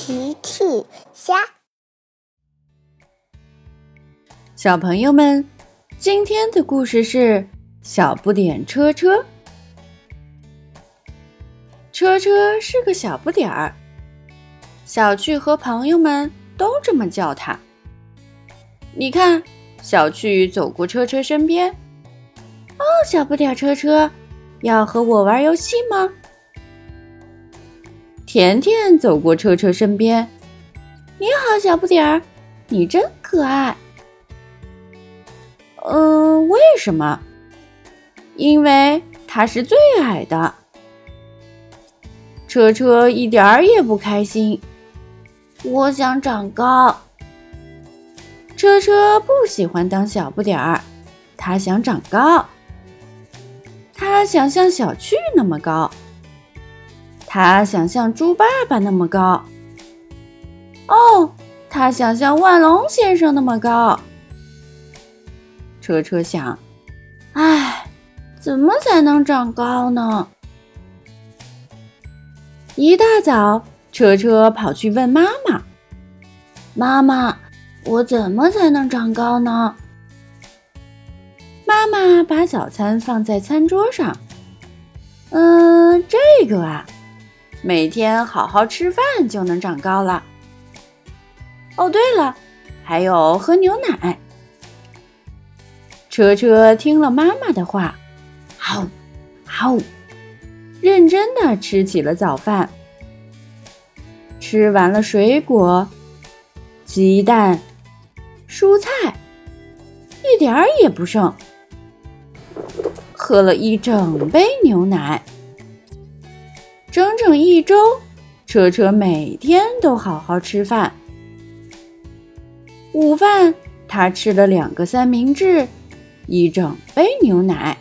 奇趣虾。 小朋友们，今天的故事是小不点车车。车车是个小不点儿，小趣和朋友们都这么叫他。你看，小趣走过车车身边，哦，小不点车车，要和我玩游戏吗？甜甜走过车车身边，你好，小不点儿，你真可爱。为什么？因为他是最矮的。车车一点儿也不开心。我想长高。车车不喜欢当小不点儿，他想长高。他想像小趣那么高。他想像猪爸爸那么高。哦，他想像万龙先生那么高。车车想，唉，怎么才能长高呢？一大早，车车跑去问妈妈：“妈妈，我怎么才能长高呢？”妈妈把早餐放在餐桌上。这个啊，每天好好吃饭就能长高了。哦，对了，还有喝牛奶。车车听了妈妈的话，好，好，认真地吃起了早饭。吃完了水果、鸡蛋、蔬菜，一点儿也不剩。喝了一整杯牛奶。整整一周，车车每天都好好吃饭。午饭，他吃了2个三明治，一整杯牛奶。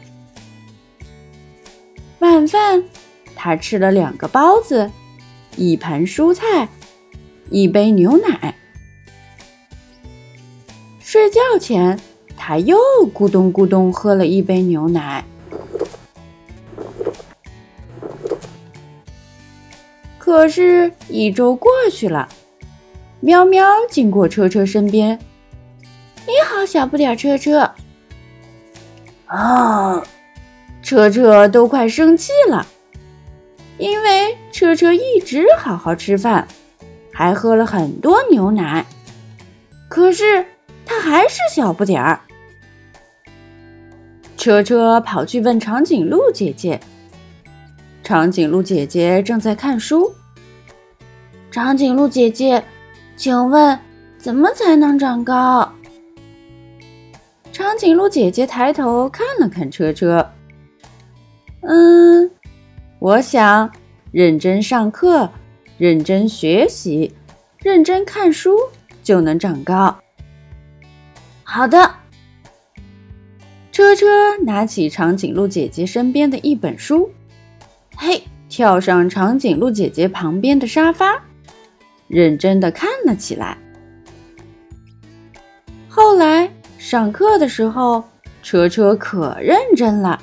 晚饭，他吃了2个包子，一盘蔬菜，一杯牛奶。睡觉前，他又咕咚咕咚喝了一杯牛奶。可是1周过去了，喵喵经过车车身边。你好，小不点车车。车车都快生气了，因为车车一直好好吃饭，还喝了很多牛奶，可是他还是小不点儿。车车跑去问长颈鹿姐姐。长颈鹿姐姐正在看书。长颈鹿姐姐，请问怎么才能长高？长颈鹿姐姐抬头看了看车车。我想认真上课，认真学习，认真看书就能长高。好的。车车拿起长颈鹿姐姐身边的一本书，嘿，跳上长颈鹿姐姐旁边的沙发，认真地看了起来。后来上课的时候，车车可认真了。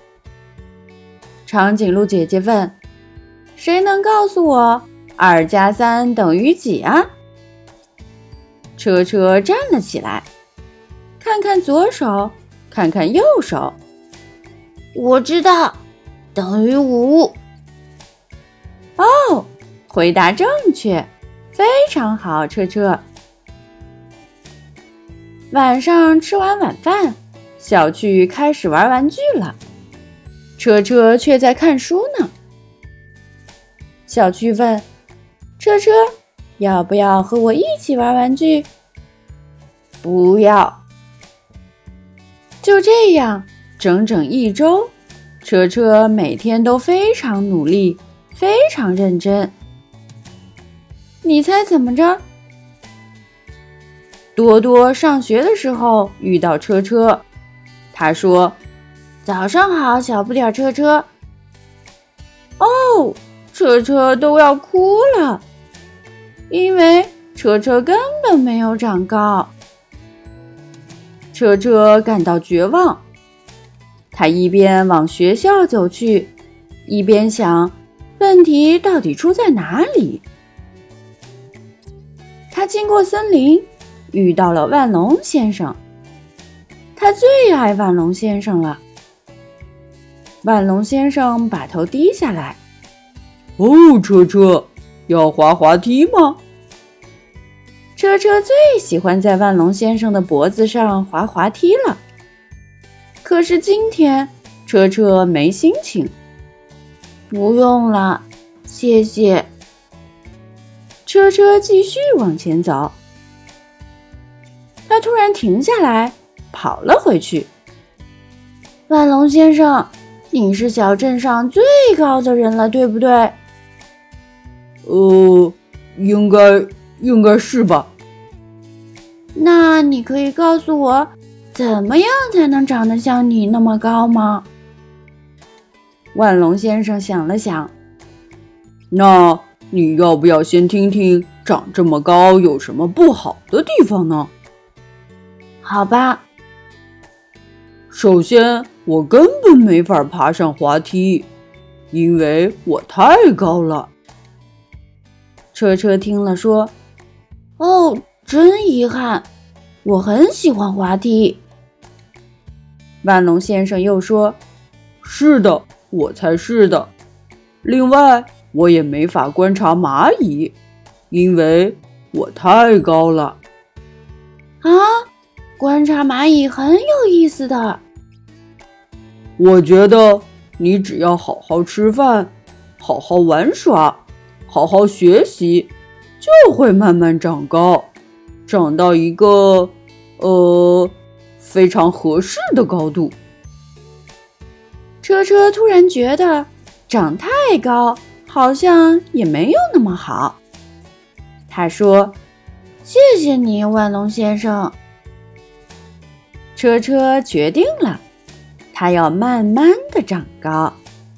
长颈鹿姐姐问：“谁能告诉我2加3等于几啊？”车车站了起来，看看左手，看看右手。我知道，等于5。哦，回答正确，非常好，车车。晚上吃完晚饭，小趣开始玩玩具了，车车却在看书呢。小趣问：“车车，要不要和我一起玩玩具？”不要。就这样，整整1周，车车每天都非常努力，非常认真。你猜怎么着？多多上学的时候遇到车车，他说：“早上好，小不点车车。”哦，车车都要哭了，因为车车根本没有长高。车车感到绝望，他一边往学校走去，一边想，问题到底出在哪里？ 他经过森林，遇到了万龙先生。他最爱万龙先生了。万龙先生把头低下来。 哦，车车，要滑滑梯吗？ 车车最喜欢在万龙先生的脖子上滑滑梯了。可是今天，车车没心情。不用了，谢谢。车车继续往前走。他突然停下来，跑了回去。万龙先生，你是小镇上最高的人了，对不对？ 应该是吧。 那你可以告诉我，怎么样才能长得像你那么高吗？万龙先生想了想。 那你要不要先听听长这么高有什么不好的地方呢？ 好吧。 首先，我根本没法爬上滑梯，因为我太高了。 车车听了说：哦，真遗憾，我很喜欢滑梯。万龙先生又说： 是的，我才是的。另外，我也没法观察蚂蚁，因为我太高了。 啊，观察蚂蚁很有意思的。 我觉得你只要好好吃饭，好好玩耍，好好学习，就会慢慢长高，长到一个非常合适的高度。 车车突然觉得长太高好像也没有那么好。他说：谢谢你，万龙先生。车车决定了，他要慢慢的长高。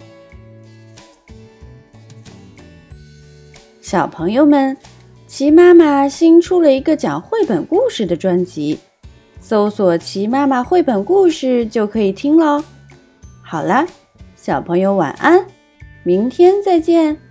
小朋友们，齐妈妈新出了一个讲绘本故事的专辑，搜索齐妈妈绘本故事就可以听咯。好了，小朋友晚安，明天再见。